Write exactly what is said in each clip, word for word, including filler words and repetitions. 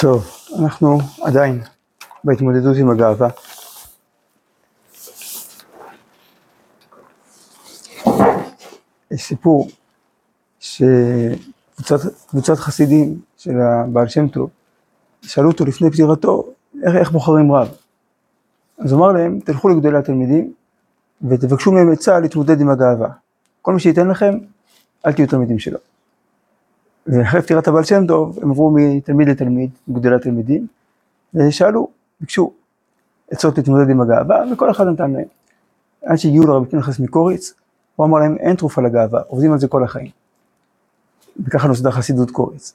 טוב, אנחנו עדיין בהתמודדות עם הגאווה. יש סיפור שקבוצת חסידים של הבעל שם טוב, שאלו אותו לפני פטירתו, איך, איך בוחרים רב? אז הוא אמר להם, תלכו לגדולי התלמידים ותבקשו מהם עצה להתמודד עם הגאווה. כל מי שייתן לכם, אל תהיו תלמידים שלו. ואחרי פטירת הבעל שם טוב, הם עברו מתלמיד לתלמיד, גדולי התלמידים, ושאלו, ביקשו עצות להתמודד עם הגאווה, וכל אחד נתן להם. עד שהגיעו לרבי פנחס מקוריץ, הוא אמר להם, אין תרופה לגאווה, עובדים על זה כל החיים. וככה נוסדה חסידות קוריץ.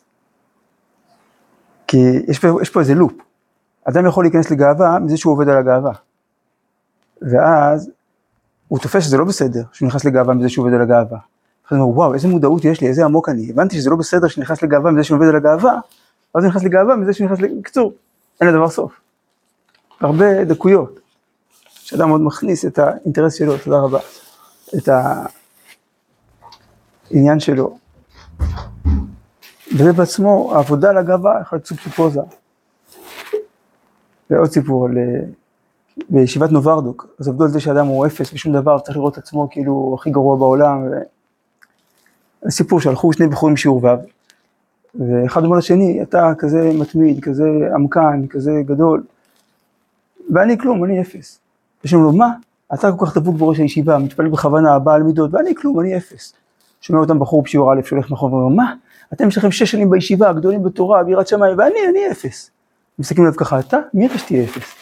כי יש פה, יש פה איזה לופ. אדם יכול להיכנס לגאווה מזה שהוא עובד על הגאווה. ואז הוא תופס שזה לא בסדר, שהוא נכנס לגאווה מזה שהוא עובד על הגאווה. אז הוא אומר, וואו, איזה מודעות יש לי, איזה עמוק אני. הבנתי שזה לא בסדר שנכנס לגאווה מזה שהוא עובד על הגאווה, ואז הוא נכנס לגאווה מזה שהוא נכנס לקצור. אין לדבר סוף. הרבה דקויות. שאדם מאוד מכניס את האינטרס שלו, תודה רבה, את העניין שלו. וזה בעצמו, העבודה על הגאווה, יכול להיות סוג של פוזה. ועוד סיפור על... בישיבת נוברדוק, אז עבדו על זה שאדם הוא אפס ושום דבר, צריך לראות את עצמו כאילו הכי גרוע בעולם. ו... הסיפור שהלכו שני בחורים שיעור ו', ואחד אומר לשני, אתה כזה מתמיד, כזה עמקן, כזה גדול, ואני כלום, אני אפס. ושאומר לו, מה? אתה כל כך דבוק בראש הישיבה, מתפלל בכוונה, בעל מידות, ואני כלום, אני אפס. שומע אותם בחור בשיעור א' שהולך נכון, ואומר, מה? אתם יש לכם שש שנים בישיבה, גדולים בתורה, ביראת שמיים, ואני, אני אפס. מסתכלים עליו ככה, אתה? מי אתה שתהיה אפס?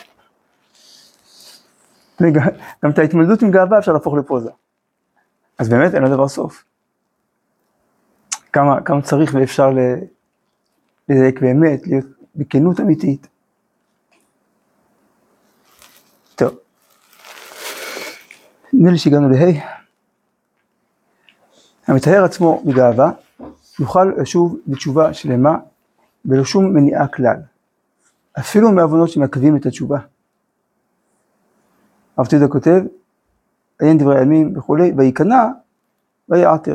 גם את ההתמודדות עם גאווה אפשר להפוך לפוזה. אז באמת אין לדבר סוף. כמה, כמה צריך ואפשר לדייק באמת, להיות בכנות אמיתית. טוב. נראה לי שהגענו להי. המטהר עצמו בגאווה יוכל לשוב בתשובה שלמה בלא שום מניעה כלל. אפילו מעוונות שמעכבים את התשובה. הרב צידה כותב, עיין דברי הימים וכולי, ויקנא ויעתר.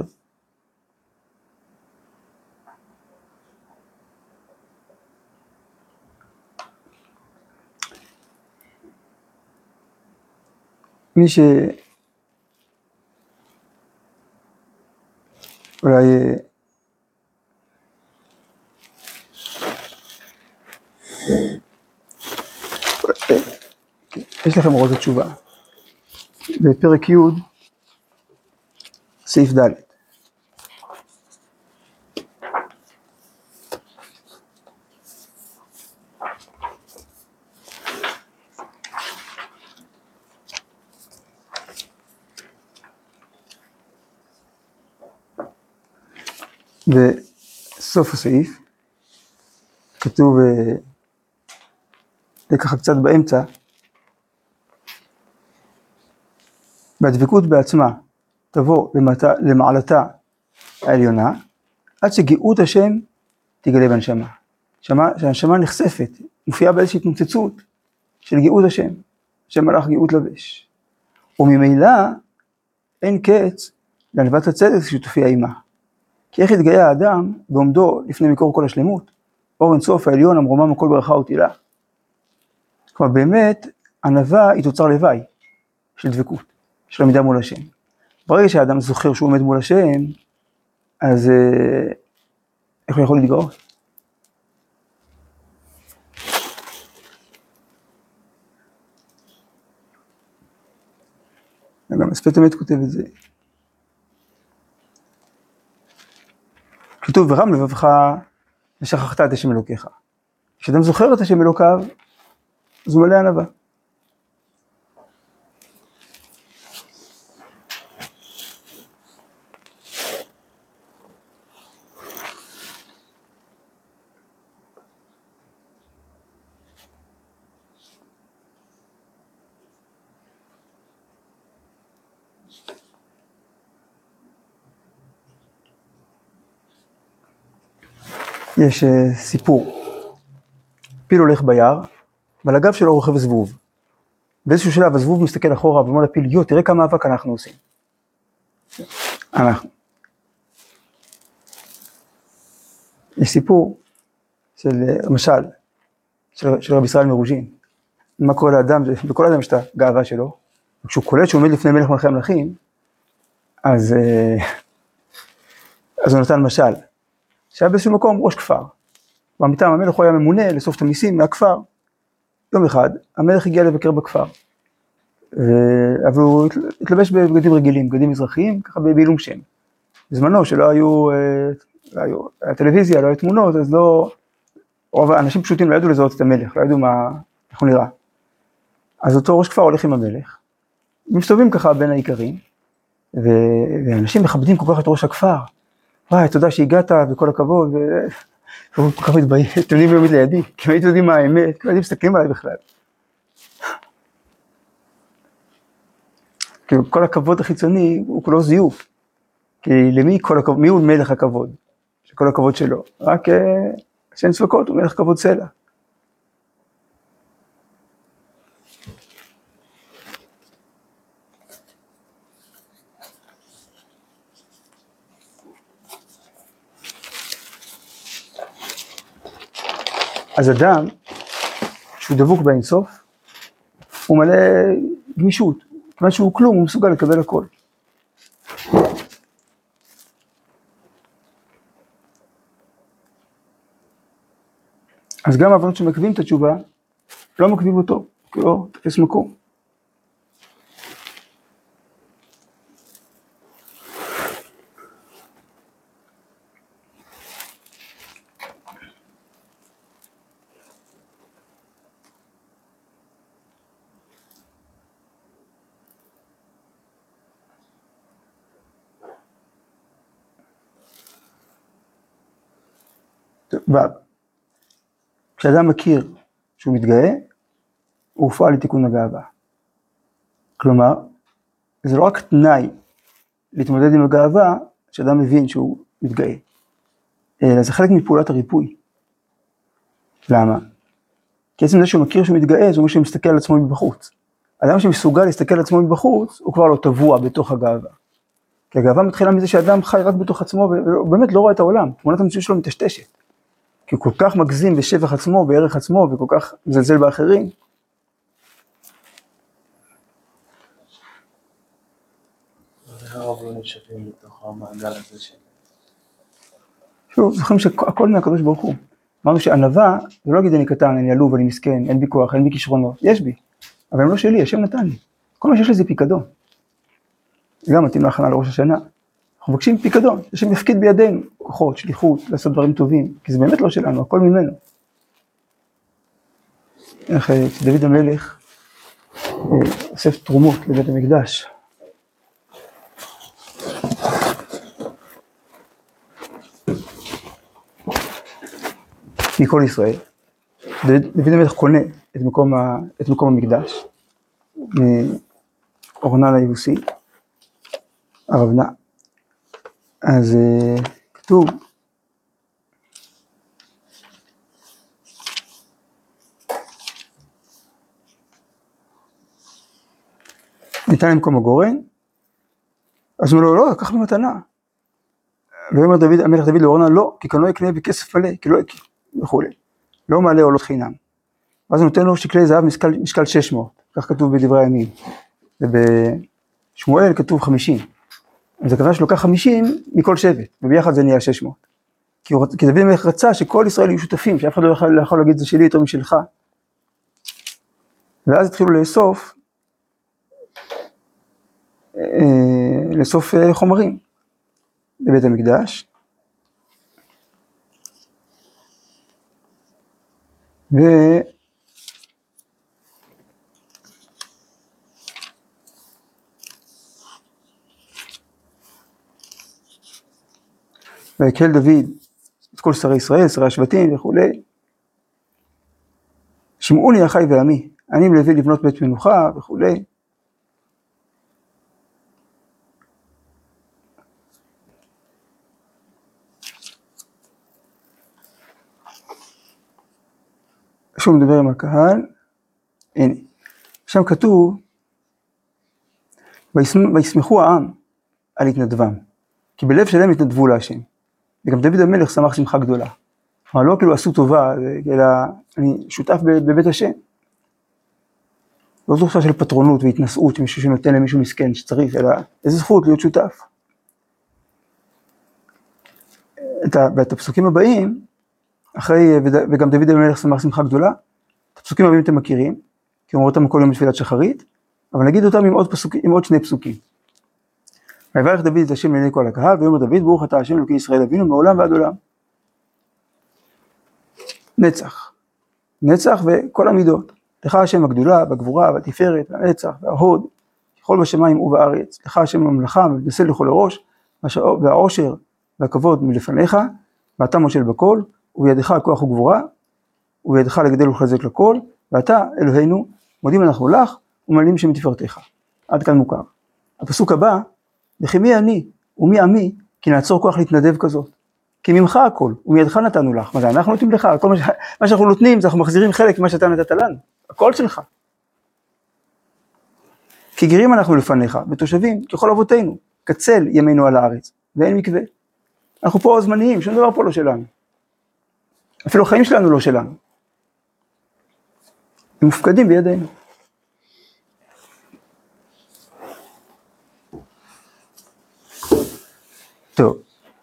מי ש... אולי... יש לכם אורות התשובה. בפרק י' סעיף ד'. בסוף הסעיף כתוב, זה ככה קצת באמצע, והדבקות בעצמה תבוא למעלתה, למעלתה העליונה, עד שגאות השם תגלה בנשמה. שהנשמה נחשפת, מופיעה באיזושהי התנוצצות של גאות השם, השם מלאך גאות לבש. וממילא אין קץ לענוות הצדק שתופיע עימה. כי איך יתגאה האדם בעומדו לפני מקור כל השלמות, אור אינסוף העליון המרומם הכל ברכה ותהילה. כלומר באמת ענווה היא תוצר לוואי של דבקות. של עמידה מול השם. ברגע שהאדם זוכר שהוא עומד מול השם, אז איך הוא יכול להתגאות? גם השפת אמת כותב את זה. כתוב, ורם לבבך ושכחת את השם אלוקיך. כשאדם זוכר את השם אלוקיו, אז הוא מלא ענווה. יש uh, סיפור, פיל הולך ביער, ועל הגב שלו רוכב זבוב. באיזשהו שלב הזבוב מסתכל אחורה ואומר לפיל, יו, תראה כמה אבק אנחנו עושים. אנחנו. יש סיפור של, למשל, של, של רבי ישראל מרוז'ין. מה קורה לאדם, בכל אדם יש את הגאווה שלו, וכשהוא קולט שהוא עומד לפני מלך מלכי המלכים, אז, אז הוא נתן משל, שהיה באיזשהו מקום ראש כפר, ומטעם המלך הוא היה ממונה לאסוף את המיסים מהכפר. יום אחד המלך הגיע לבקר בכפר, אבל הוא התלבש בבגדים רגילים, בגדים מזרחיים, ככה בעילום שם. בזמנו שלא היו, לא היו הטלוויזיה, לא היו תמונות, אז לא, רוב האנשים פשוטים לא ידעו לזהות את המלך, לא ידעו מה, איך הוא נראה. אז אותו ראש כפר הולך עם המלך, מסתובבים ככה בין העיקרים, ואנשים מכבדים כל כך את ראש הכפר, וואי, תודה שהגעת וכל הכבוד, והוא כל כך מתבייש, אתם יודעים באמת לידי, כי הייתם יודעים מה האמת, כי הייתם מסתכלים עליי בכלל. כי כל הכבוד החיצוני הוא כולו זיוף, כי למי כל הכבוד, מי הוא מלך הכבוד, שכל הכבוד שלו, רק שאין ספקות, הוא מלך כבוד סלע. אז אדם, שהוא דבוק באינסוף, הוא מלא גמישות, כיוון שהוא כלום, הוא מסוגל לקבל הכל. אז גם העוונות שמקווים את התשובה, לא מקווים אותו, כי לא תפס מקום. כשאדם מכיר שהוא מתגאה, הוא הופעל לתיקון הגאווה. כלומר, זה לא רק תנאי להתמודד עם הגאווה, שאדם מבין שהוא מתגאה, אלא זה חלק מפעולת הריפוי. למה? כי עצם זה שהוא מכיר שהוא מתגאה, זה אומר שהוא מסתכל על עצמו מבחוץ. אדם שמסוגל להסתכל על עצמו מבחוץ, הוא כבר לא טבוע בתוך הגאווה. כי הגאווה מתחילה מזה שאדם חי רק בתוך עצמו, ובאמת לא רואה את העולם, תמונת המציאות שלו מטשטשת. כי הוא כל כך מגזים בשבח עצמו, בערך עצמו, וכל כך מזלזל באחרים. הרב לא נשאבים לתוך המעגל הזה של... שוב, זוכרים שהכל מהקדוש ברוך הוא. אמרנו שענווה, זה לא להגיד אני קטן, אני עלוב, אני מסכן, אין בי כוח, אין בי כישרונות, יש בי. אבל הם לא שלי, השם נתן לי. כל מה שיש לי זה פיקדון. זה גם מתאים להכנה לראש השנה. אנחנו מבקשים פיקדון, השם יפקיד בידינו, כוחות, שליחות, לעשות דברים טובים, כי זה באמת לא שלנו, הכל ממנו. איך דוד המלך אוסף תרומות לבית המקדש. מכל ישראל. דוד המלך קונה את מקום, ה, את מקום המקדש, מאורנן היבוסי, הרבנה. אז uh, כתוב, ניתן למקום הגורן, אז הוא אומר לו, לא, לקח במתנה. ואומר דוד, המלך דוד לאורנן, לא, כי כאן לא יקנה בכסף מלא, כי לא יקנה, וכו'. לא מעלה עולות חינם. ואז הוא נותן לו שקלי זהב משקל, משקל שש מאות, כך כתוב בדברי הימים. ובשמואל כתוב חמישים. אז הכוונה שלוקח חמישים מכל שבט, וביחד זה נהיה שש מאות. כי, כי דוד המלך רצה שכל ישראל יהיו שותפים, שאף אחד לא יכול, לא יכול להגיד זה שלי יותר משלך. ואז התחילו לאסוף, אה, לאסוף אה, חומרים לבית המקדש. ו... ויקהל דוד את כל שרי ישראל, שרי השבטים וכו'. שמעוני אחי ועמי, אני מלווה לבנות בית מנוחה וכו'. שהוא מדבר עם הקהל, הנה, שם כתוב, וישמחו העם על התנדבם, כי בלב שלהם התנדבו להשם. וגם דוד המלך שמח שמחה גדולה. כלומר, לא כאילו עשו טובה, אלא אני שותף בבית השם. לא זו של פטרונות והתנשאות, שמישהו שנותן למישהו מסכן שצריך, אלא איזו זכות להיות שותף. ואת הפסוקים הבאים, אחרי, וגם דוד המלך שמח שמחה גדולה, את הפסוקים הבאים אתם מכירים, כי אומרים אותם כל יום בתפילת שחרית, אבל נגיד אותם עם עוד, פסוק, עם עוד שני פסוקים. ויברך דוד את השם לעיני כל הקהל, ויאמר דוד ברוך אתה השם אלוקי ישראל אבינו מעולם ועד עולם. נצח. נצח וכל המידות. לך השם הגדולה והגבורה והתפארת והנצח וההוד, ככל בשמיים ובארץ. לך השם הממלכה ומתנשא לכל הראש, והעושר והכבוד מלפניך, ואתה מושל בכל, ובידך הכוח וגבורה, ובידך לגדל ולחזק לכל, ואתה אלוהינו מודים אנחנו לך ומעלים שם תפארתך. עד כאן מוכר. הפסוק הבא, וכי מי אני ומי עמי, כי נעצור כוח להתנדב כזאת. כי ממך הכל, ומידך נתנו לך. מה זה, אנחנו נותנים לך, כל מה, ש... מה שאנחנו נותנים, זה אנחנו מחזירים חלק ממה שאתה נתת לנו. הכל שלך. כי גרים אנחנו לפניך, בתושבים, ככל אבותינו, קצל ימינו על הארץ, ואין מקווה. אנחנו פה זמניים, שום דבר פה לא שלנו. אפילו החיים שלנו לא שלנו. הם מופקדים בידינו. טוב.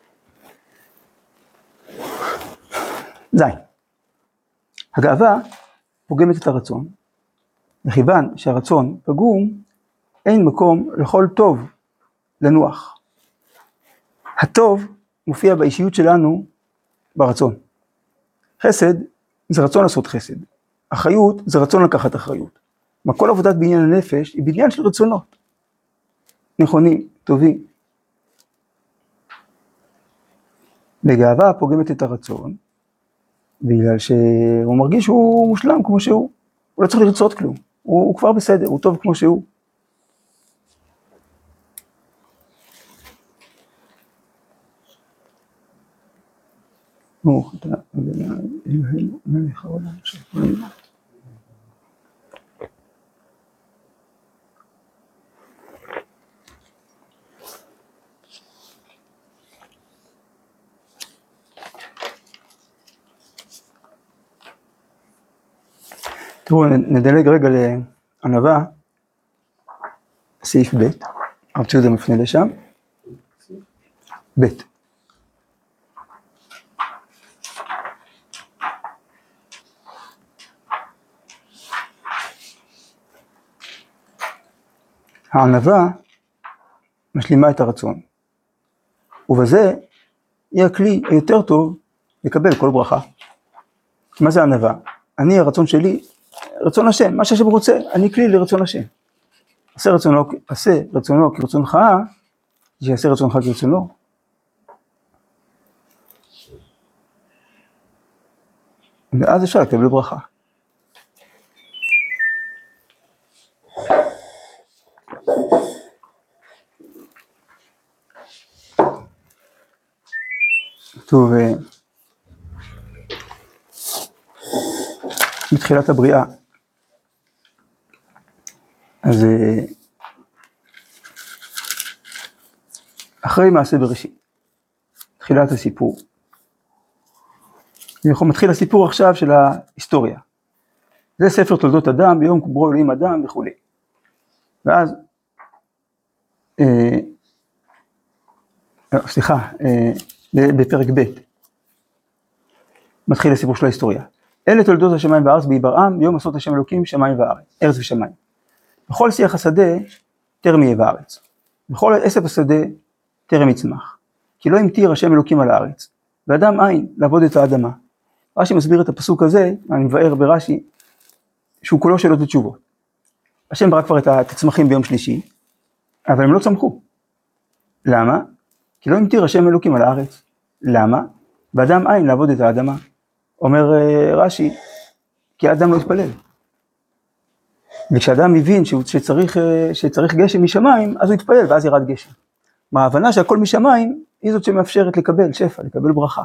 זין. הגאווה פוגמת את הרצון, וכיוון שהרצון פגום, אין מקום לכל טוב לנוח. הטוב מופיע באישיות שלנו ברצון. חסד זה רצון לעשות חסד. אחריות זה רצון לקחת אחריות. מה כל עבודת בעניין הנפש היא בעניין של רצונות. נכונים, טובים. בגאווה פוגמת את הרצון, בגלל שהוא מרגיש שהוא מושלם כמו שהוא. הוא לא צריך לרצות כלום. הוא, הוא כבר בסדר, הוא טוב כמו שהוא. ברוך אתה אדוני אלוהינו מלך העולם שהכל נהיה. תראו, נדלג רגע לענווה, סעיף ב', הרב ציודה מפנה לשם, ב'. הענווה משלימה את הרצון, ובזה היא הכלי היותר טוב לקבל כל ברכה. מה זה הענווה? אני, הרצון שלי, רצון השם, מה שהשם רוצה, אני כלי לרצון השם. עשה רצונו, עשה רצונו כרצונך, שיעשה רצונך כרצונו. ואז אפשר לקבל ברכה. טוב, בתחילת הבריאה, אז אחרי מעשה בראשית, תחילת הסיפור, מתחיל הסיפור עכשיו של ההיסטוריה. זה ספר תולדות אדם, ביום ברוא אלוהים אדם וכו'. ואז, אה, סליחה, אה, בפרק ב' מתחיל הסיפור של ההיסטוריה. אלה תולדות השמיים והארץ בהיברעם, ביום עשות השם אלוקים שמיים וארץ, ארץ ושמיים. בכל שיח השדה טרם יהיה בארץ, בכל עשב השדה טרם יצמח, כי לא המטיר השם אלוקים על הארץ, ואדם אין לעבוד את האדמה. רש"י מסביר את הפסוק הזה, אני מבאר ברש"י, שהוא כולו שאלות ותשובות. השם ברא כבר את הצמחים ביום שלישי, אבל הם לא צמחו. למה? כי לא המטיר השם אלוקים על הארץ. למה? ואדם אין לעבוד את האדמה. אומר רש"י, כי האדם לא יתפלל. וכשאדם מבין שצריך, שצריך גשם משמיים, אז הוא יתפלל, ואז ירד גשם. מה ההבנה שהכל משמיים, היא זאת שמאפשרת לקבל שפע, לקבל ברכה.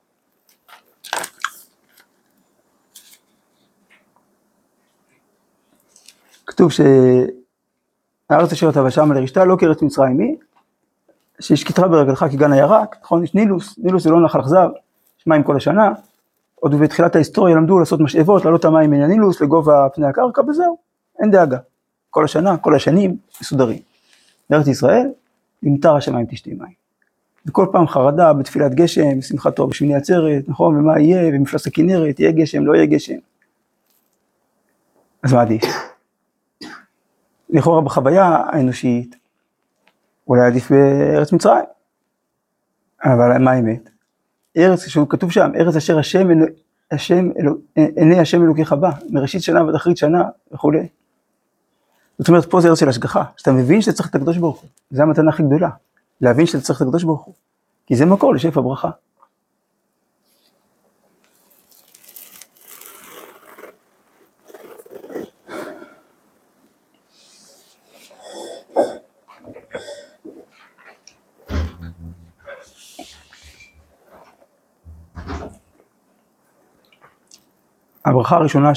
כתוב שהארץ אשר אתה ושמה לרשתה, לא כארץ מצרים היא, שהשכתרה ברגלך כגן הירק, נכון? יש נילוס, נילוס זה לא נחל אכזב, שמיים כל השנה, עוד בתחילת ההיסטוריה למדו לעשות משאבות, לעלות המים מן הנילוס לגובה פני הקרקע, וזהו, אין דאגה. כל השנה, כל השנים, מסודרים. בארץ ישראל, למטר השמיים תשתי מים. וכל פעם חרדה בתפילת גשם, שמחת תורה בשמיני עצרת, נכון? ומה יהיה, ומפלס הכנרת, יהיה גשם, לא יהיה גשם. אז מה עדיף? לכאורה בחוויה האנושית, אולי עדיף בארץ מצרים. אבל מה האמת? ארץ, שהוא כתוב שם, ארץ אשר השם, השם, עיני השם אלוקיך בא, מראשית שנה ועד אחרית שנה וכו'. זאת אומרת, פה זה ארץ של השגחה, שאתה מבין שאתה צריך את הקדוש ברוך הוא. זו המתנה הכי גדולה, להבין שאתה צריך את הקדוש ברוך הוא. כי זה מקור לשפע ברכה. הברכה הראשונה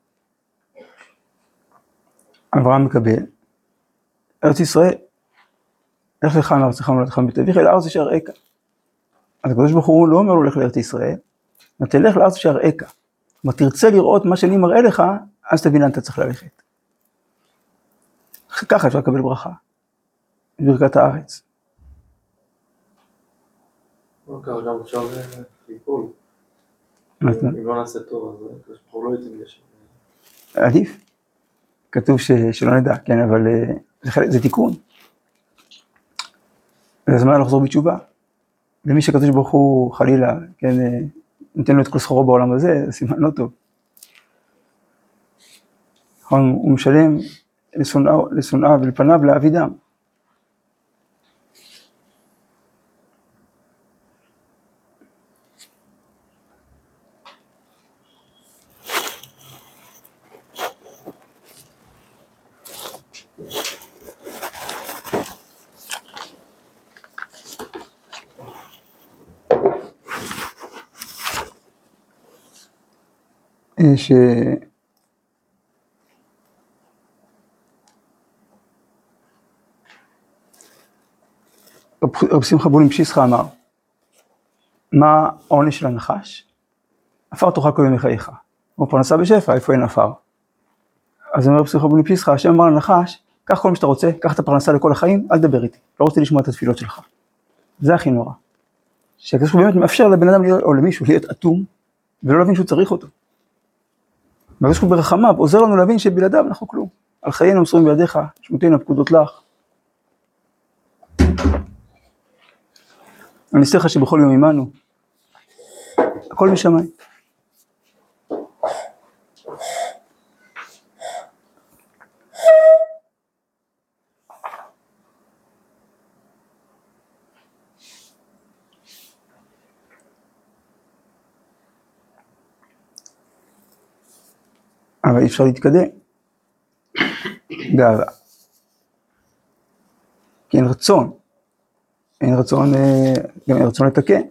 שאברהם מקבל, ארץ ישראל, לך לך מארצך ומולדתך מבית אביך אל הארץ אשר אראך. אז הקדוש ברוך הוא לא אומר לו לך לארץ ישראל, אלא תלך לארץ אשר אראך. כלומר תרצה לראות מה שאני מראה לך, אז תבין לאן אתה צריך ללכת. ככה אפשר לקבל ברכה, בברכת הארץ. ככה גם אפשר ליפול. אם לא נעשה טוב, אז אנחנו לא יודעים גשם. עדיף. כתוב שלא נדע, כן, אבל זה תיקון. זה הזמן לחזור בתשובה. ומי שקדוש ברוך הוא חלילה, כן, נותן לו את כל סחורו בעולם הזה, זה סימן לא טוב. הוא משלם לשונאה ולפניו לעבידם. ש... רב שמחה בונים פשיסחה אמר, מה העונש של הנחש? עפר תאכל כל ימי חייך. הוא פרנסה בשפע, איפה אין עפר? אז אומר רב שמחה בונים פשיסחה, השם אמר לנחש, קח כל מה שאתה רוצה, קח את הפרנסה לכל החיים, אל תדבר איתי, לא רוצה לשמוע את התפילות שלך. זה הכי נורא. שהקדוש ברוך הוא באמת מאפשר לבן אדם להיות, או למישהו להיות אטום, ולא להבין שהוא צריך אותו. והקדוש ברוך הוא ברחמיו עוזר לנו להבין שבלעדיו אנחנו כלום. על חיינו מסורים בידיך, שמותינו הפקודות לך. אני אזכיר לך שבכל יום עמנו, הכל משמיים. אבל אי אפשר להתקדם. גאווה. כי אין רצון. אין רצון, גם אין רצון לתקן.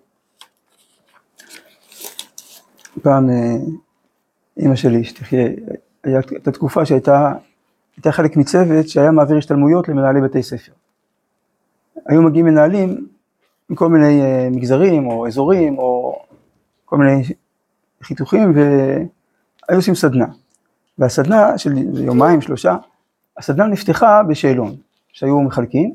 פעם אמא שלי, שתחיה, הייתה תקופה שהייתה הייתה חלק מצוות שהיה מעביר השתלמויות למנהלי בתי ספר. היו מגיעים מנהלים מכל מיני מגזרים או אזורים או כל מיני חיתוכים והיו עושים סדנה. והסדנה של יומיים, שלושה, הסדנה נפתחה בשאלון שהיו מחלקים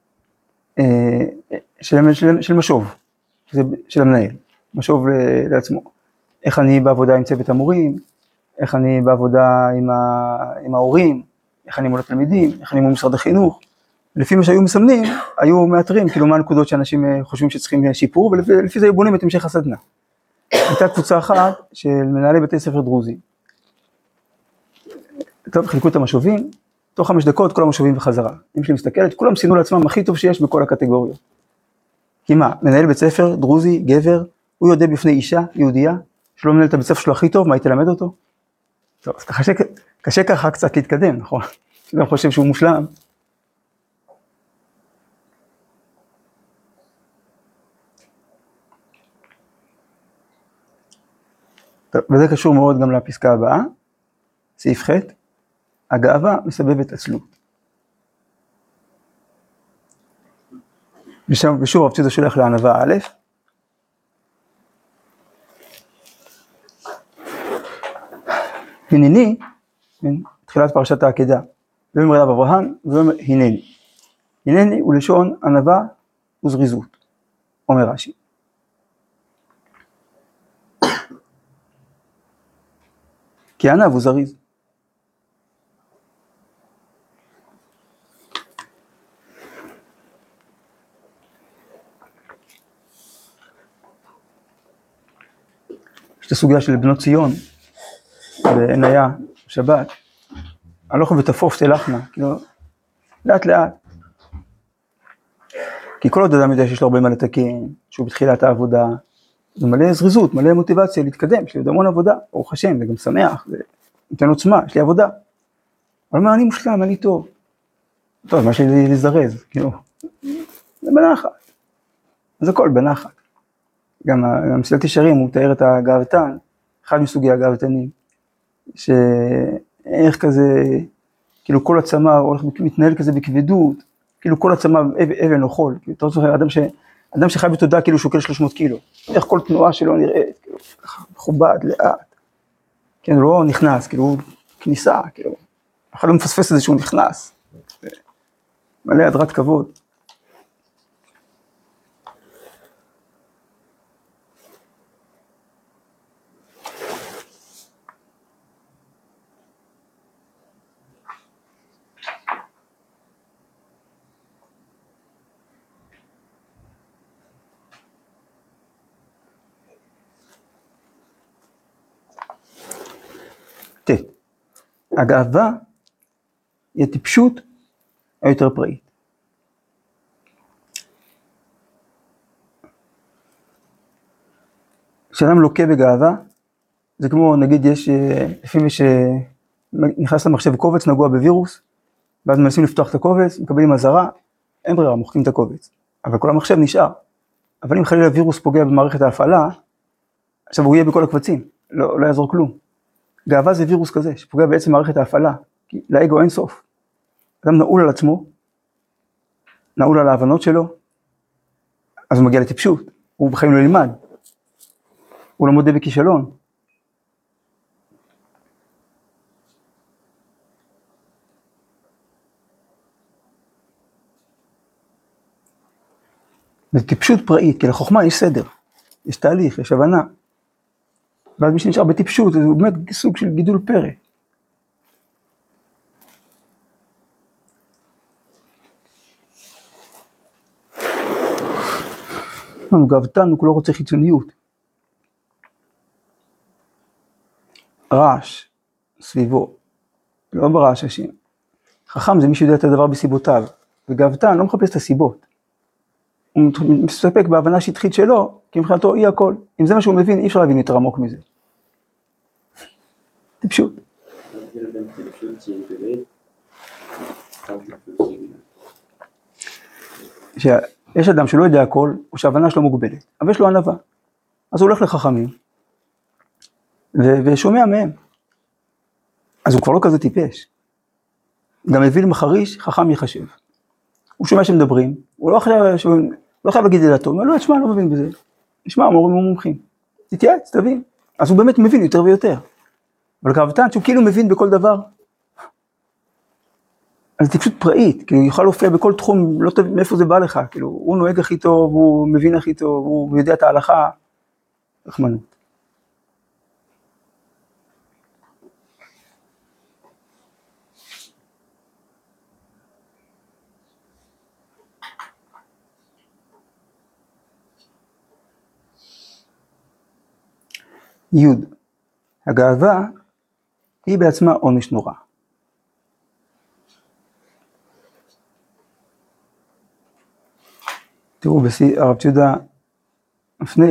של, של, של משוב, שזה של המנהל, משוב לעצמו. איך אני בעבודה עם צוות המורים, איך אני בעבודה עם, ה, עם ההורים, איך אני מול התלמידים, איך אני מול משרד החינוך. לפי מה שהיו מסמנים, היו מאתרים, כאילו מה הנקודות שאנשים חושבים שצריכים שיפור, ולפי זה היו בונים את המשך הסדנה. הייתה קבוצה אחת של מנהלי בתי ספר דרוזים. טוב, חילקו את המשובים, תוך חמש דקות כל המשובים בחזרה. אם שלי מסתכלת, כולם סינו לעצמם הכי טוב שיש בכל הקטגוריות. כי מה, מנהל בית ספר, דרוזי, גבר, הוא יודע בפני אישה, יהודייה, שלא מנהל את הבית ספר שלו הכי טוב, מה היא תלמד אותו? טוב, אז קשה, קשה ככה קצת להתקדם, נכון? אני חושב שהוא מושלם. טוב, וזה קשור מאוד גם לפסקה הבאה, סעיף ח', הגאווה מסבבת עצלות. ושוב, ושוב, רב צידה שולח לענווה א', הנני, תחילת פרשת העקדה, ואומר אליו אברהם, ואומר הנני. הנני הוא לשון ענווה וזריזות, אומר רש"י. כי ענב הוא זריז. יש את הסוגיה של בנות ציון, בעניה, שבת, הלכו ותפוף תלכנה, כאילו, לאט לאט. כי כל עוד אדם יודע שיש לו הרבה מה לתקן, שהוא בתחילת העבודה, זה מלא זריזות, מלא מוטיבציה להתקדם, יש לי עוד המון עבודה, ברוך השם, זה גם שמח, זה נותן עוצמה, יש לי עבודה. אבל מה, אני מושלם, אני טוב. טוב, מה שלי לזרז, כאילו, זה בנחת. אז הכל בנחת. גם המסילת ישרים, הוא מתאר את הגאוותן, אחד מסוגי הגאוותנים, שאיך כזה, כאילו כל עצמה הולך, מתנהל כזה בכבדות, כאילו כל עצמה אבן או חול, כאילו, אתה זוכר, אדם, ש... אדם שחי בתודעה כאילו שוקל שלוש מאות קילו, איך כל תנועה שלו נראית, כאילו, מכובד, לאט, כן, הוא לא נכנס, כאילו, כניסה, כאילו, אחר לא מפספס את זה שהוא נכנס, מלא הדרת כבוד. הגאווה היא הטיפשות היותר פראית. כשאדם לוקה בגאווה, זה כמו נגיד יש, לפעמים יש, נכנס למחשב קובץ נגוע בווירוס, ואז מנסים לפתוח את הקובץ, מקבלים אזהרה, אין ברירה, מוחקים את הקובץ. אבל כל המחשב נשאר. אבל אם חלילה הווירוס פוגע במערכת ההפעלה, עכשיו הוא יהיה בכל הקבצים, לא, לא יעזור כלום. גאווה זה וירוס כזה, שפוגע בעצם מערכת ההפעלה, כי לאגו אין סוף. אדם נעול על עצמו, נעול על ההבנות שלו, אז הוא מגיע לטיפשות, הוא בחיים לא ילמד, הוא לא מודה בכישלון. זה טיפשות פראית, כי לחוכמה יש סדר, יש תהליך, יש הבנה. ואז מי שנשאר בטיפשות, זה באמת סוג של גידול פרא. הוא גאוותן, הוא לא רוצה חיצוניות. רעש, סביבו, לא ברעש השם. חכם זה מי שיודע את הדבר בסיבותיו, וגאוותן לא מחפש את הסיבות. הוא מסתפק בהבנה שטחית שלו, כי מבחינתו היא הכל. אם זה מה שהוא מבין, אי אפשר להבין יותר עמוק מזה. טיפשות. יש אדם שלא יודע הכל, או שההבנה שלו מוגבלת, אבל יש לו ענווה. אז הוא הולך לחכמים, ושומע מהם. אז הוא כבר לא כזה טיפש. גם מבין מחריש, חכם יחשב. הוא שומע שמדברים, הוא לא חייב, לא חייב להגיד דעתו, הוא אומר, לא, תשמע, לא מבין בזה. נשמע, אמורים ומומחים. תתייעץ, תבין. אז הוא באמת מבין יותר ויותר. אבל גאוותן שהוא כאילו מבין בכל דבר. אז זה טיפשות פראית, כאילו הוא יוכל להופיע בכל תחום, לא תבין מאיפה זה בא לך, כאילו הוא נוהג הכי טוב, הוא מבין הכי טוב, הוא יודע את ההלכה. רחמנות. יוד, הגאווה היא בעצמה עונש נורא. תראו, הרב ציודה מפנה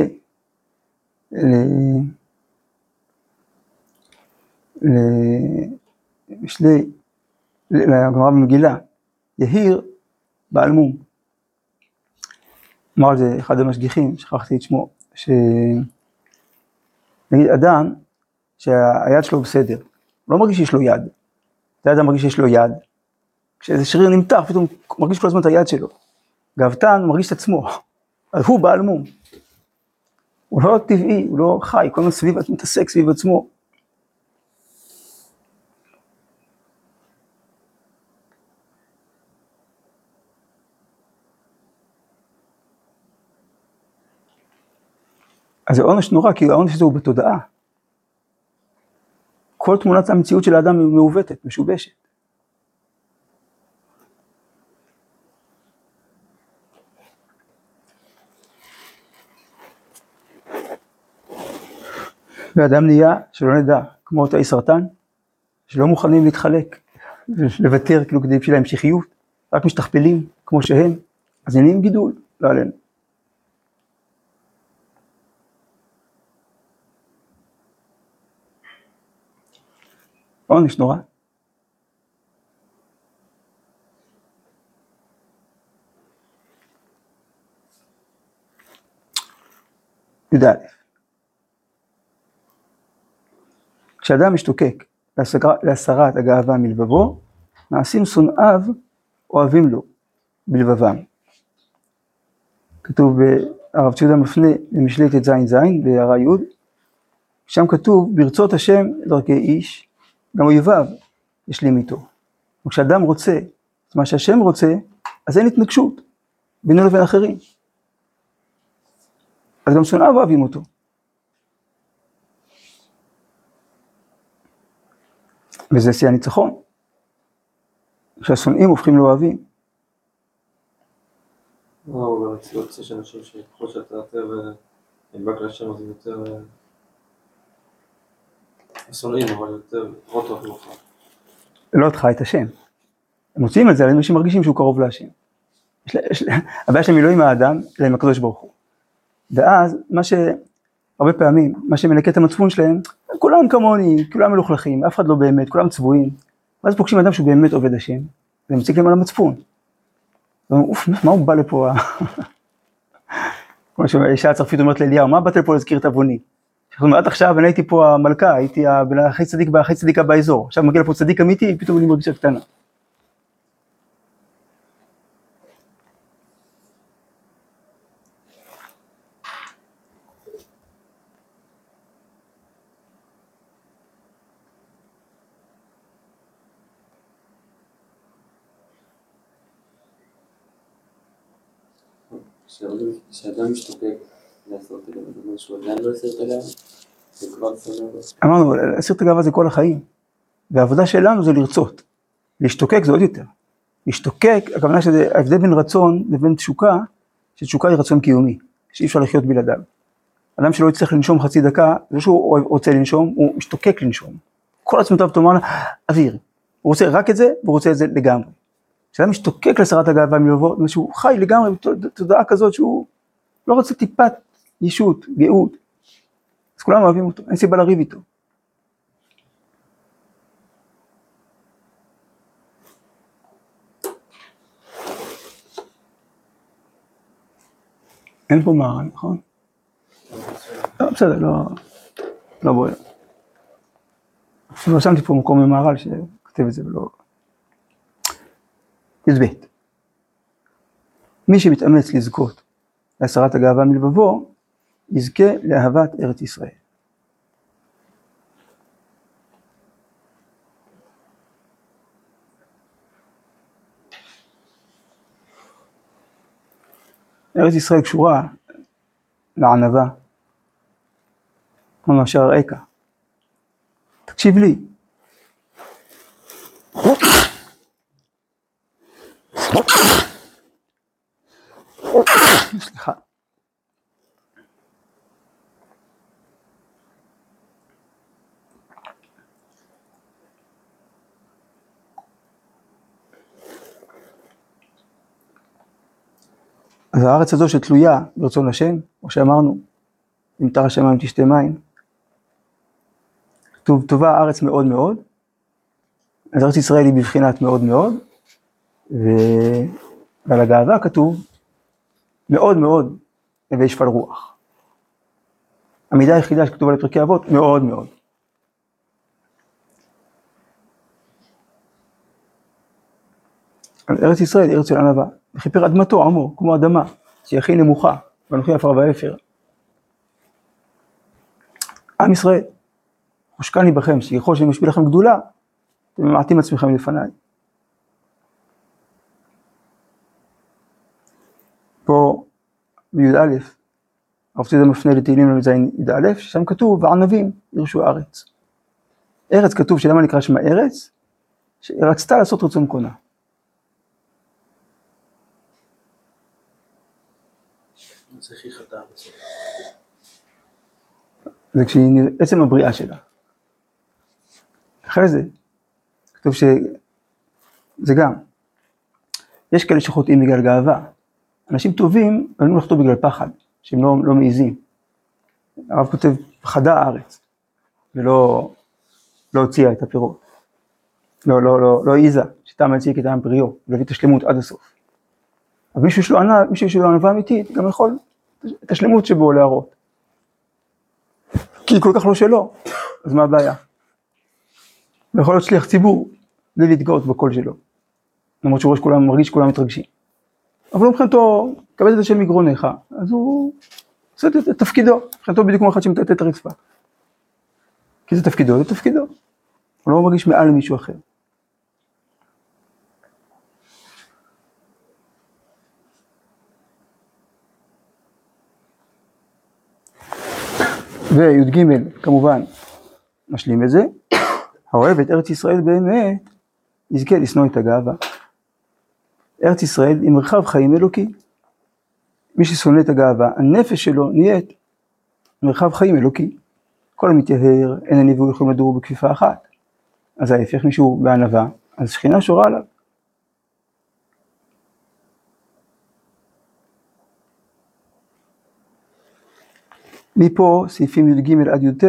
למשלי, לגמרא במגילה, יהיר בעל מום. אמר על זה אחד המשגיחים, שכחתי את שמו, ש... נגיד, אדם שהיד שלו בסדר, הוא לא מרגיש שיש לו יד. זה אדם מרגיש שיש לו יד. כשאיזה שריר נמתח, פתאום מרגיש כל הזמן את היד שלו. גאוותן מרגיש את עצמו, אז הוא בעל מום. הוא לא טבעי, הוא לא חי, כל הזמן סביב, מתעסק סביב עצמו. אז זה עונש נורא, כי העונש הזה הוא בתודעה. כל תמונת המציאות של האדם היא מעוותת, משובשת. והאדם נהיה, שלא נדע, כמו תאי סרטן, שלא מוכנים להתחלק, לוותר כאילו כדי בשביל ההמשכיות, רק משתכפלים כמו שהם, אז נהיים גידול, לא עלינו. עונש נורא. י"א. כשאדם משתוקק להסרת הגאווה מלבבו, נעשים שונאיו אוהבים לו בלבבם. כתוב, הרב ציודה מפנה למשלי ט"ז ז' בהערה י', שם כתוב, ברצות השם דרכי איש, גם אויביו ישלים איתו. וכשאדם רוצה את מה שהשם רוצה, אז אין התנגשות בינו לבין אחרים. אז גם שונאיו אוהבים אותו. וזה שיא הניצחון. כשהשונאים הופכים לאוהבים. הוא במציאות יש אנשים שככל שאתה יותר נדבק לשם, אז יותר שונאים, אבל יותר פחות אוהבים אותך. לא אותך, את השם. הם מוצאים את זה, אבל אנשים מרגישים שהוא קרוב להשם. הבעיה שלהם היא לא עם האדם, אלא עם הקדוש ברוך הוא. ואז, מה ש... הרבה פעמים, מה שמנקה את המצפון שלהם, כולם כמוני, כולם מלוכלכים, אף אחד לא באמת, כולם צבועים. ואז פוגשים אדם שהוא באמת עובד השם, ומציג להם על המצפון. ואומרים, אוף, מה הוא בא לפה? כמו שהאישה הצרפית אומרת לאליהו, מה באת לפה להזכיר את עווני? עד עכשיו אני הייתי פה המלכה, הייתי הכי צדיק, הכי צדיקה באזור. עכשיו מגיע לפה צדיק אמיתי, פתאום אני מרגישה קטנה. כשאדם משתוקק לעשות את הגאווה, שהוא עדיין לא הסיר את הגאווה, זה כבר סונא. אמרנו, להסיר את הגאווה זה כל החיים, והעבודה שלנו זה לרצות. להשתוקק זה עוד יותר. להשתוקק, הכוונה שזה ההבדל בין רצון לבין תשוקה, שתשוקה היא רצון קיומי, שאי אפשר לחיות בלעדיו. אדם שלא יצטרך לנשום חצי דקה, זה שהוא רוצה לנשום, הוא משתוקק לנשום. כל עצמותיו תאמר, אוויר. הוא רוצה רק את זה, והוא רוצה את זה לגמרי. כשאדם משתוקק להסרת הגאווה מלבבו, שהוא חי לגמרי בתודעה כזאת שהוא לא רוצה טיפת ישות, גאות. אז כולם אוהבים אותו, אין סיבה לריב איתו. אין פה מערן, נכון? לא, בסדר, לא, לא בוער. אפילו שמתי פה מקום ממערל שכתב את זה ולא... י"ב. מי שמתאמץ לזכות להסרת הגאווה מלבבו, יזכה לאהבת ארץ ישראל. ארץ ישראל קשורה לענווה, כמו אשר אראך. תקשיב לי. סליחה. אז הארץ הזו שתלויה ברצון השם, כמו שאמרנו, אם תר השמיים תשתה מים, כתוב טובה הארץ מאוד מאוד, אז ארץ ישראל היא בבחינת מאוד מאוד, ועל הגאווה כתוב מאוד מאוד נווה שפל רוח. המידה היחידה שכתובה לפרקי אבות, מאוד מאוד. ארץ ישראל היא ארץ של ענווה, וכיפר אדמתו עמו, כמו אדמה, שהיא הכי נמוכה, ואנוכי עפר ואפר. עם ישראל, חושקני בכם, שככל שאני משפיע לכם גדולה, אתם ממעטים עצמכם לפניי. פה בי"א, הרב צבי יהודה מפנה לתהילים לזין י"א, ששם כתוב, וענבים ירשו הארץ. ארץ כתוב שלמה נקרא שמה ארץ, שרצתה לעשות רצון קונה. זה הכי חטא בסוף. זה כשהיא עצם הבריאה שלה. אחרי זה, כתוב שזה גם, יש כאלה שחוטאים בגלל גאווה. אנשים טובים עלולים לחטוא בגלל פחד, שהם לא, לא מעיזים. הרב כותב, פחדה הארץ, ולא לא הוציאה את הפירות. לא, לא, לא, לא העיזה, שטעם הציע כטעם פריו, ולהביא את השלמות עד הסוף. אבל מישהו שלו ענה, מישהו שלו ענווה אמיתית, גם יכול את השלמות שבו להראות. כי היא כל כך לא שלו, אז מה הבעיה? ויכול להיות שליח ציבור, בלי להתגאות בקול שלו. למרות שהוא כולם, מרגיש שכולם מתרגשים. אבל הוא מבחינתו, קבל את זה של מגרונך, אז הוא עושה את תפקידו. מבחינתו בדיוק כמו אחד שמטטט את הרצפה. כי זה תפקידו, זה תפקידו. הוא לא מרגיש מעל למישהו אחר. וי"ג כמובן משלים את זה, האוהב את ארץ ישראל באמת, יזכה לשנוא את הגאווה. ארץ ישראל היא מרחב חיים אלוקי. מי ששונא את הגאווה, הנפש שלו נהיית מרחב חיים אלוקי. כל המתייהר, אין אני והוא יכולים לדור בכפיפה אחת. אז ההפך, מישהו בענווה, אז שכינה שורה עליו. מפה סעיפים י"ג עד י"ט,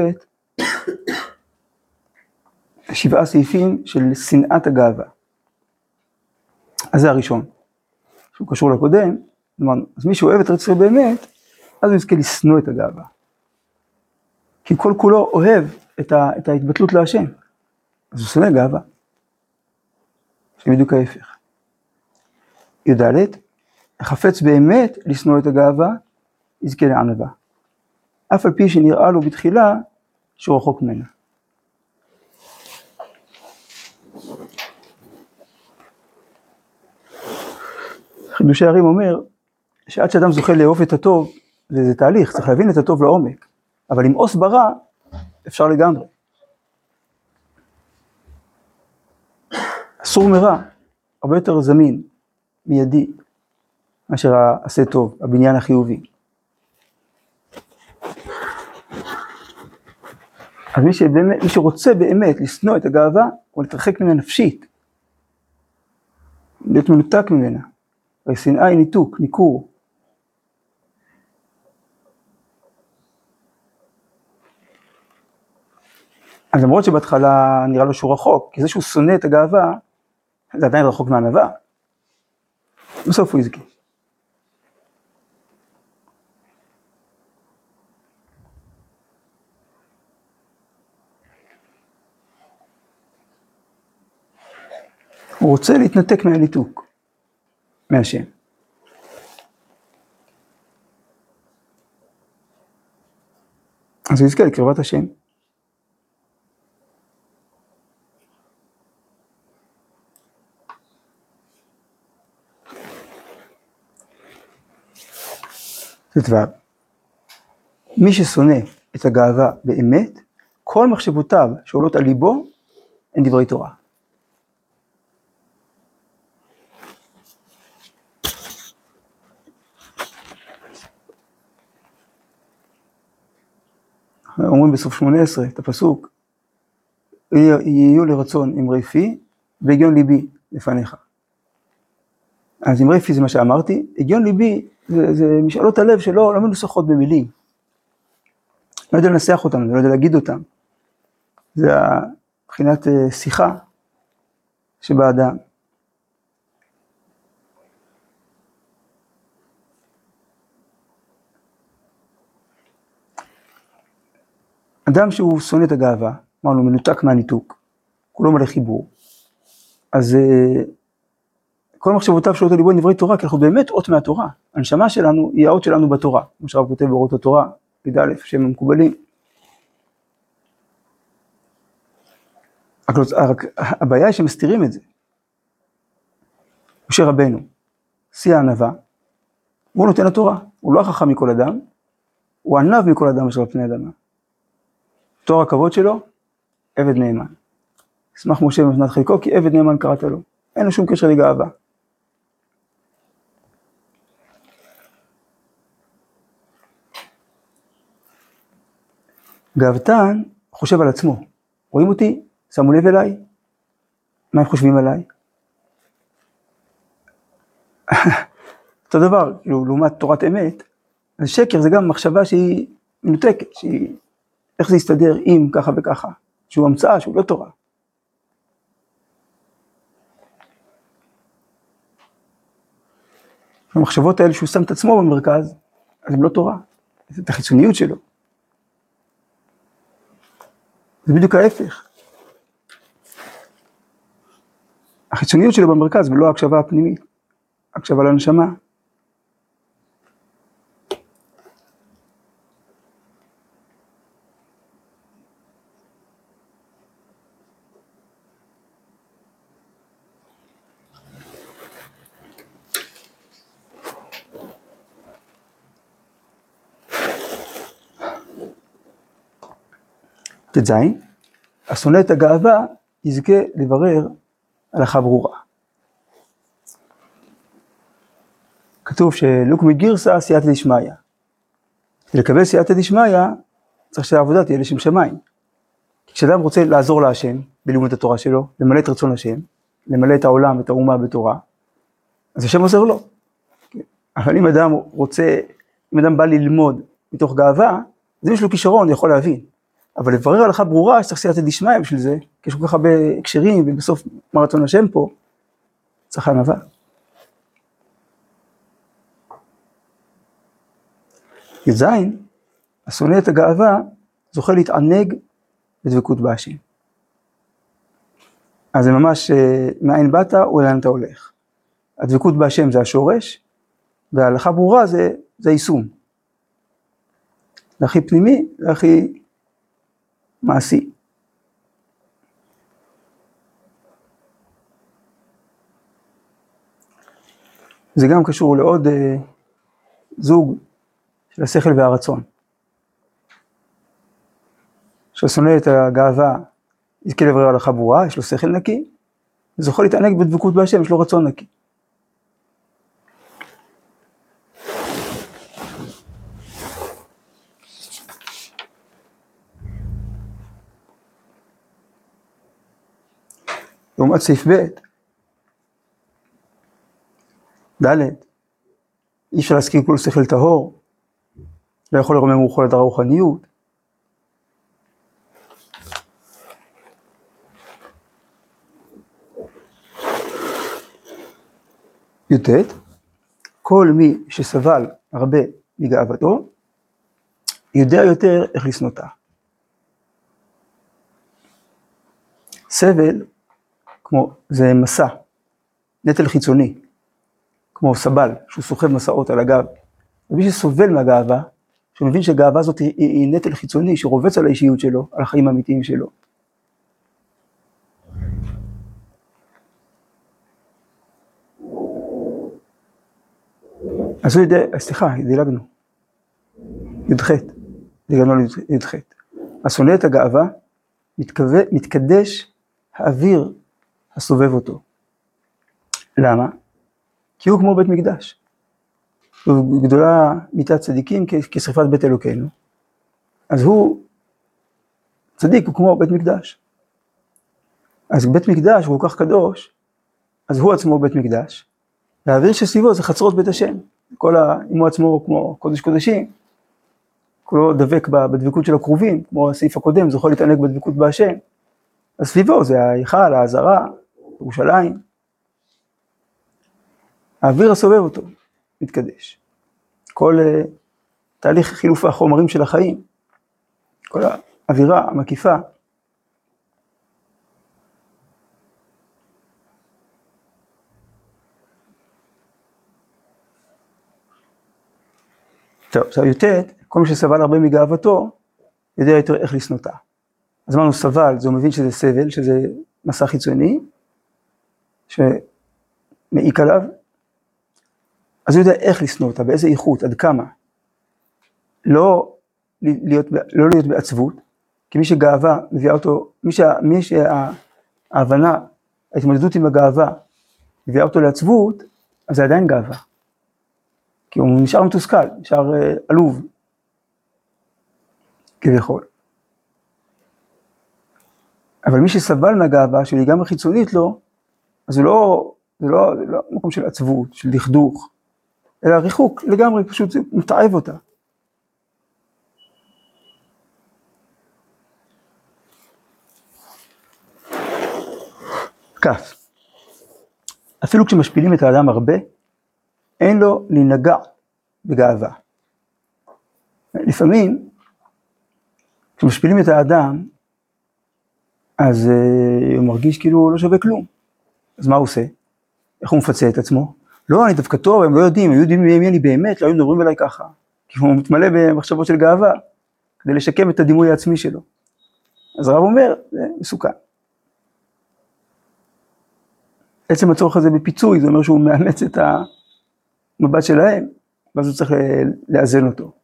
שבעה סעיפים של שנאת הגאווה. אז זה הראשון, שהוא קשור לקודם. אז מי שאוהב את ארץ ישראל באמת, אז הוא יזכה לשנוא את הגאווה. כי כל כולו אוהב את, ה, את ההתבטלות להשם. אז הוא שונא גאווה. שבדיוק ההפך. י"ד, החפץ באמת לשנוא את הגאווה, יזכה לענווה. אף על פי שנראה לו בתחילה שהוא רחוק ממנה. חידושי הרים אומר שעד שאדם זוכה לאהוב את הטוב, זה תהליך, צריך להבין את הטוב לעומק. אבל עם עוס ברע אפשר לגמרי. אסור מרע, הרבה יותר זמין, מיידי, מאשר העשה טוב, הבניין החיובי. אז מי, שבאמת, מי שרוצה באמת לשנוא את הגאווה, הוא להתרחק ממנה נפשית. להיות מנותק ממנה. הרי שנאה היא ניתוק, ניכור. אז למרות שבהתחלה נראה לו שהוא רחוק, כי זה שהוא שונא את הגאווה, זה עדיין רחוק מהענווה. בסוף הוא יזכה. הוא רוצה להתנתק מהניתוק, מהשם. אז הוא יזכה לקרבת השם. ט"ו. מי ששונא את הגאווה באמת, כל מחשבותיו שעולות על ליבו, הן דברי תורה. אומרים בסוף שמונה עשרה את הפסוק, יהיו לרצון אמרי פי והגיון ליבי לפניך. אז אמרי פי זה מה שאמרתי, הגיון ליבי זה, זה משאלות הלב שלא לא מנוסחות במילים. לא יודע לנסח אותם, לא יודע להגיד אותם. זה מבחינת שיחה שבאדם. אדם שהוא שונא את הגאווה, אמרנו, מנותק מהניתוק, כולו מלא חיבור. אז כל מחשבותיו שעולות על ליבו הן דברי תורה, כי אנחנו באמת אות מהתורה. הנשמה שלנו היא האות שלנו בתורה, כמו שהרב כותב באורות התורה, י"א, שהם המקובלים. רק הבעיה היא שמסתירים את זה. משה רבנו, שיא הענווה, הוא נותן התורה, הוא לא החכם מכל אדם, הוא ענב מכל אדם אשר על פני אדמה. תואר הכבוד שלו, עבד נאמן. ישמח משה במתנת חלקו, כי עבד נאמן קראת לו. אין לו שום קשר לגאווה. גאוותן חושב על עצמו. רואים אותי? שמו לב אליי? מה הם חושבים עליי? אותו דבר, כאילו, לעומת תורת אמת, אז שקר זה גם מחשבה שהיא מנותקת, שהיא, איך זה יסתדר אם ככה וככה, שהוא המצאה, שהוא לא תורה. המחשבות האלה שהוא שם את עצמו במרכז, אז הם לא תורה, זה את החיצוניות שלו. זה בדיוק ההפך. החיצוניות שלו במרכז ולא ההקשבה הפנימית, הקשבה לנשמה. תזין, השונא את הגאווה יזכה לברר הלכה ברורה. כתוב שלוק מגירסה סייעתא דשמיא. לקבל סייעתא דשמיא צריך שהעבודה תהיה לשם שמיים. כשאדם רוצה לעזור להשם בלימוד התורה שלו, למלא את רצון השם, למלא את העולם, את האומה בתורה, אז השם עוזר לו. אבל אם אדם רוצה, אם אדם בא ללמוד מתוך גאווה, אז אם יש לו כישרון, הוא יכול להבין. אבל לברר הלכה ברורה, שצריך סייעתא דשמיא בשביל זה, כי יש כל כך הרבה הקשרים, ובסוף מה רצון השם פה, צריך ענווה. יזין, השונא את הגאווה, זוכה להתענג בדבקות בהשם. אז זה ממש מאין באת ולאן אתה הולך. הדבקות בהשם זה השורש, וההלכה ברורה זה, זה היישום. זה הכי פנימי, זה הכי מעשי. זה גם קשור לעוד אה, זוג של השכל והרצון. ששונא את הגאווה, יזכה לברר הלכה ברורה, יש לו שכל נקי, וזוכה להתענג בדבקות בהשם, יש לו רצון נקי. לעומת סעיף ב' ד' אי אפשר להזכיר כל שכל טהור, לא יכול לרומם רוחו לדרה רוחניות. י"ט, כל מי שסבל הרבה מגאוותו, יודע יותר איך לשנותה. סבל, כמו זה מסע, נטל חיצוני, כמו סבל, שהוא סוחב מסעות על הגב. ומי שסובל מהגאווה, שהוא מבין שהגאווה הזאת היא, היא נטל חיצוני, שרובץ על האישיות שלו, על החיים האמיתיים שלו. אז הוא יודע, סליחה, דילגנו. י"ח, דילגנו לי"ח. השונא את הגאווה, מתכווה, מתקדש האוויר הסובב אותו. למה? כי הוא כמו בית מקדש. הוא גדולה מיתת צדיקים כשריפת בית אלוקינו. אז הוא צדיק, הוא כמו בית מקדש. אז בית מקדש הוא כל כך קדוש, אז הוא עצמו בית מקדש. והאוויר שסביבו זה חצרות בית השם. כל ה... אם הוא עצמו כמו קודש קודשים, כולו דבק בדבקות של הקרובים, כמו הסעיף הקודם, זה יכול להתענג בדבקות בהשם. אז סביבו זה ההיכל, העזרה, ירושלים. האוויר הסובב אותו, מתקדש. כל uh, תהליך חילוף החומרים של החיים, כל האווירה המקיפה. טוב, עכשיו י"ט, כל מי שסבל הרבה מגאוותו, יודע יותר איך לשנותה. אז אמרנו סבל, זה הוא מבין שזה סבל, שזה מסע חיצוני, שמעיק עליו, אז הוא יודע איך לשנוא אותה, באיזה איכות, עד כמה. לא להיות, לא להיות בעצבות, כי מי שגאווה מביאה אותו, מי, שה, מי שההבנה, ההתמודדות עם הגאווה, מביאה אותו לעצבות, אז זה עדיין גאווה. כי הוא נשאר מתוסכל, נשאר uh, עלוב, כביכול. אבל מי שסבל מהגאווה, שהיא גם חיצונית לו, אז זה לא, זה לא, זה לא מקום של עצבות, של דכדוך, אלא ריחוק לגמרי, פשוט זה מתעב אותה. כך, אפילו כשמשפילים את האדם הרבה, אין לו להינגע בגאווה. לפעמים, כשמשפילים את האדם, אז uh, הוא מרגיש כאילו הוא לא שווה כלום. אז מה הוא עושה? איך הוא מפצה את עצמו? לא, אני דווקא טוב, הם לא יודעים, הם יודעים מי אני באמת, לא היו מדברים אליי ככה. כי הוא מתמלא במחשבות של גאווה, כדי לשקם את הדימוי העצמי שלו. אז הרב אומר, זה מסוכן. עצם הצורך הזה בפיצוי, זה אומר שהוא מאמץ את המבט שלהם, ואז הוא צריך לאזן אותו.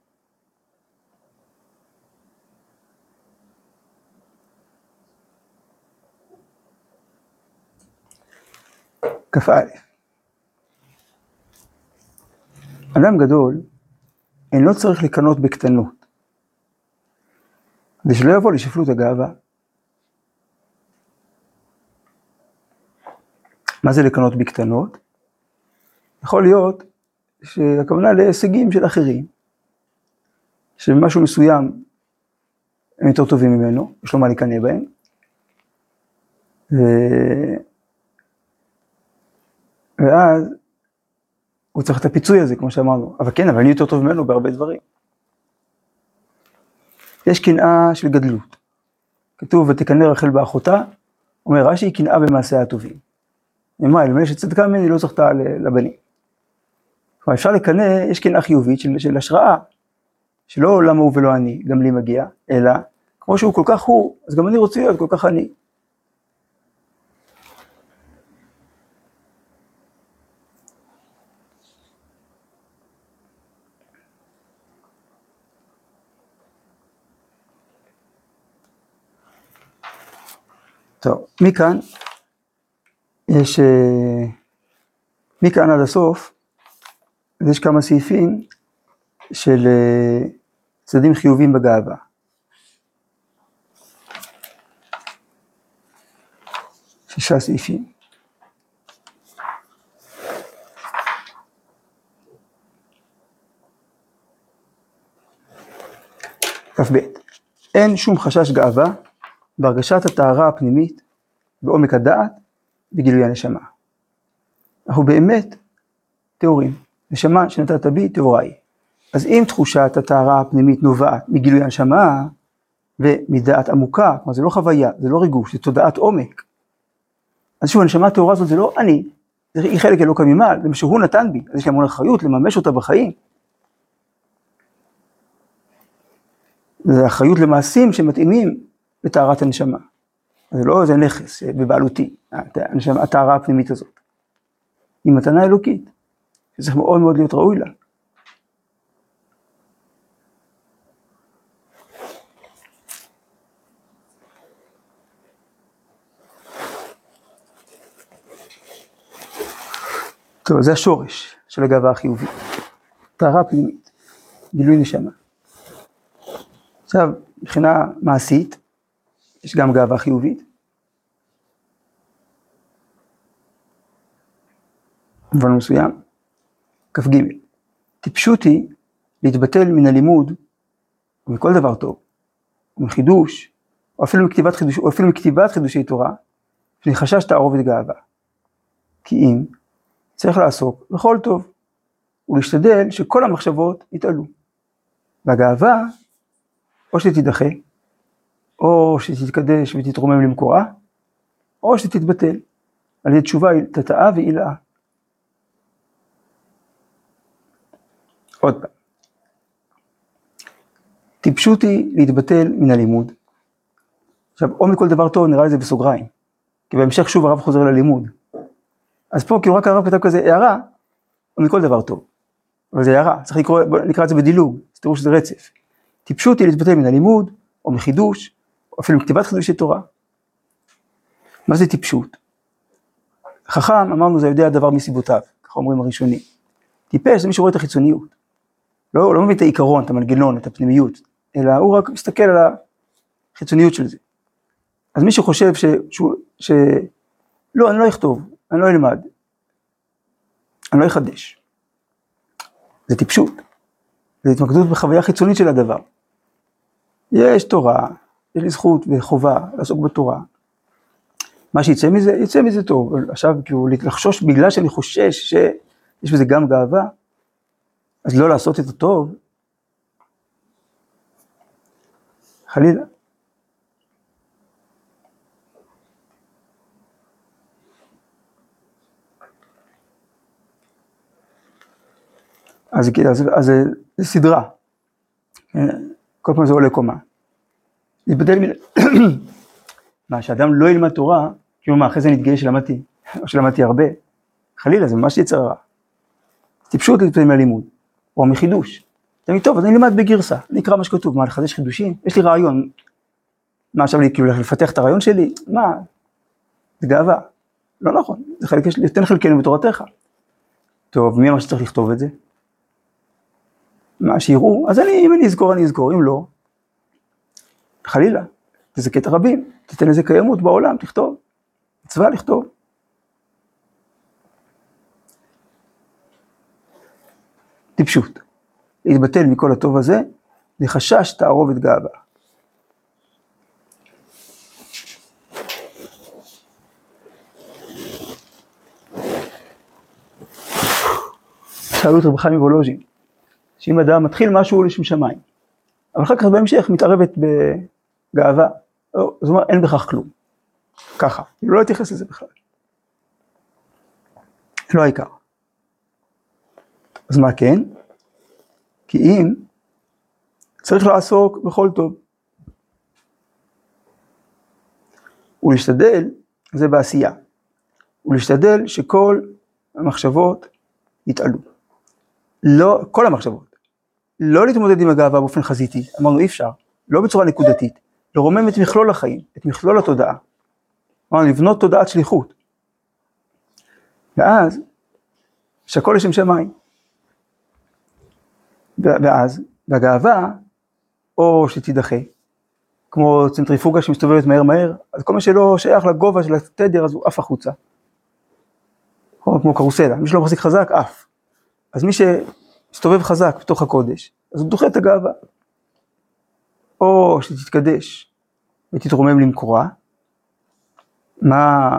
כ"א. אדם גדול אינו צריך לקנות בקטנות, כדי שלא יבוא לשפלות הגאווה. מה זה לקנות בקטנות? יכול להיות שהכוונה להישגים של אחרים, שמשהו מסוים הם יותר טובים ממנו, יש לו מה לקנא בהם, ו... ואז הוא צריך את הפיצוי הזה, כמו שאמרנו. אבל כן, אבל אני יותר טוב ממנו בהרבה דברים. יש קנאה של גדלות. כתוב, ותקנא רחל באחותה, אומר, רש"י היא קנאה במעשיה הטובים. נאמר, אלמלא שצדקה ממני לא זכתה לבנים. כלומר, אפשר לקנא, יש קנאה חיובית של, של השראה, שלא למה הוא ולא אני, גם לי מגיע, אלא, כמו שהוא כל כך הוא, אז גם אני רוצה להיות כל כך אני. טוב, מכאן יש, מכאן עד הסוף, יש כמה סעיפים של צדדים חיובים בגאווה. שישה סעיפים. כ"ב. אין שום חשש גאווה בהרגשת הטהרה הפנימית, בעומק הדעת, בגילוי הנשמה. אנחנו באמת טהורים. נשמה שנתת בי טהורה היא. אז אם תחושת הטהרה הפנימית נובעת מגילוי הנשמה, ומדעת עמוקה, כלומר זה לא חוויה, זה לא ריגוש, זה תודעת עומק. אז שוב, הנשמה הטהורה הזאת זה לא אני, היא חלק אלוקא ממעל, זה מה שהוא נתן בי, אז יש לי המון אחריות לממש אותה בחיים. זה אחריות למעשים שמתאימים לטהרת הנשמה. זה לא איזה נכס בבעלותי, הטהרה הפנימית הזאת. היא מתנה אלוקית, שצריך מאוד מאוד להיות ראוי לה. טוב, זה השורש של הגאווה החיובית. טהרה פנימית, גילוי נשמה. עכשיו, מבחינה מעשית, יש גם גאווה חיובית. במובן מסוים. כ"ג. טיפשות היא להתבטל מן הלימוד, ומכל דבר טוב, ומחידוש, או אפילו מכתיבת, חידוש, או אפילו מכתיבת חידושי תורה, שחשש תערובת גאווה. כי אם צריך לעסוק בכל טוב, ולהשתדל שכל המחשבות יתעלו. והגאווה, או שתידחה, או שתתקדש ותתרומם למקורה, או שתתבטל, על ידי תשובה תתאה ועילאה. עוד פעם. טיפשות היא להתבטל מן הלימוד. עכשיו, או מכל דבר טוב נראה לזה בסוגריים, כי בהמשך שוב הרב חוזר ללימוד. אז פה כאילו רק הרב כתב כזה הערה, או מכל דבר טוב. אבל זה הערה, צריך לקרוא, נקרא את זה בדילוג. אז תראו שזה רצף. טיפשות היא להתבטל מן הלימוד, או מחידוש, או אפילו מכתיבת חידושי תורה. מה זה טיפשות? חכם, אמרנו, זה יודע הדבר מסיבותיו, ככה אומרים הראשונים. טיפש זה מי שרואה את החיצוניות. לא, לא מבין את העיקרון, את המנגנון, את הפנימיות, אלא הוא רק מסתכל על החיצוניות של זה. אז מי שחושב ש... ש... ש... לא, אני לא אכתוב, אני לא אלמד, אני לא אחדש. זה טיפשות. זה התמקדות בחוויה חיצונית של הדבר. יש תורה, יש לי זכות וחובה לעסוק בתורה. מה שיצא מזה, יצא מזה טוב. עכשיו, כאילו, לחשוש בגלל שאני חושש שיש בזה גם גאווה, אז לא לעשות את הטוב, חלילה. אז, אז, אז זה סדרה, כל פעם זה עולה קומה. להתבדל מ... מה, שאדם לא ילמד תורה, כאילו מה, אחרי זה נתגאה שלמדתי, או שלמדתי הרבה, חלילה, זה ממש יצר רע. טיפשות להתבדל מהלימוד, או מחידוש. תמיד טוב, אז אני אלמד בגרסה, אני אקרא מה שכתוב, מה, לחדש חידושים? יש לי רעיון. מה, עכשיו לי, כאילו, לפתח את הרעיון שלי? מה? זה גאווה. לא נכון, זה חלק, יש לי, תן חלקנו בתורתך. טוב, מי אמר שצריך לכתוב את זה? מה שיראו, אז אני, אם אני אזכור, אני אזכור, אם לא, חלילה, תזכה את הרבים, תתן איזה קיימות בעולם, תכתוב, מצווה לכתוב. טיפשות, להתבטל מכל הטוב הזה, לחשש תערובת גאווה. שאלו את רב חיים מוולוז'ין, שאם אדם מתחיל משהו לשם שמיים, אבל אחר כך בהמשך מתערבת בגאווה, זאת אומרת, אין בכך כלום. ככה, לא להתייחס לזה בכלל. לא העיקר. אז מה כן? כי אם צריך לעסוק בכל טוב. ולהשתדל, זה בעשייה, ולהשתדל שכל המחשבות יתעלו. לא, כל המחשבות. לא להתמודד עם הגאווה באופן חזיתי, אמרנו אי אפשר, לא בצורה נקודתית, לרומם את מכלול החיים, את מכלול התודעה. אמרנו, לבנות תודעת שליחות. ואז, שהכל לשם שמיים. ואז, בגאווה, או שתידחה, כמו צנטריפוגה שמסתובבת מהר מהר, אז כל מה שלא שייך לגובה של התדר, אז הוא אף החוצה. כמו קרוסלה, מי שלא מחזיק חזק, אף. אז מי שמסתובב חזק בתוך הקודש, אז הוא דוחה את הגאווה. או שתתקדש ותתרומם למקורה. מה,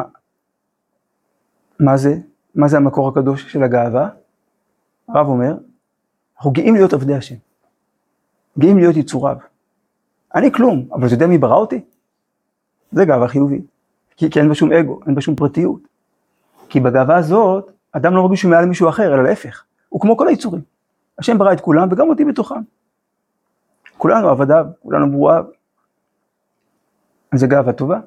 מה זה? מה זה המקור הקדוש של הגאווה? הרב אומר, אנחנו גאים להיות עבדי השם. גאים להיות יצוריו. אני כלום, אבל אתה יודע מי ברא אותי? זה גאווה חיובית. כי, כי אין בה שום אגו, אין בה שום פרטיות. כי בגאווה הזאת, אדם לא מרגיש שהוא מעל מישהו אחר, אלא להפך. הוא כמו כל היצורים. השם ברא את כולם וגם אותי בתוכם. כולנו עבדיו, כולנו ברואיו. אז זה גאווה טובה.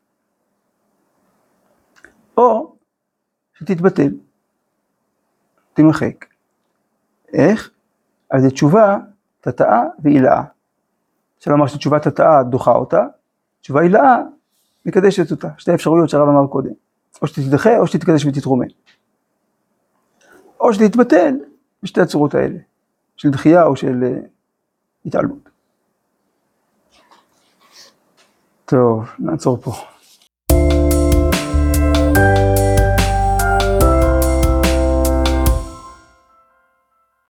או שתתבטל, תמחק. איך? על זה תשובה, תתאה והילאה. שלא אמר שתשובה תתאה דוחה אותה, תשובה הילאה מקדשת אותה. שתי אפשרויות שהרב אמר קודם. או שתתדחה או שתתקדש ותתרומם. או שתתבטל בשתי הצורות האלה, של דחייה או של התעלות. טוב, נעצור פה.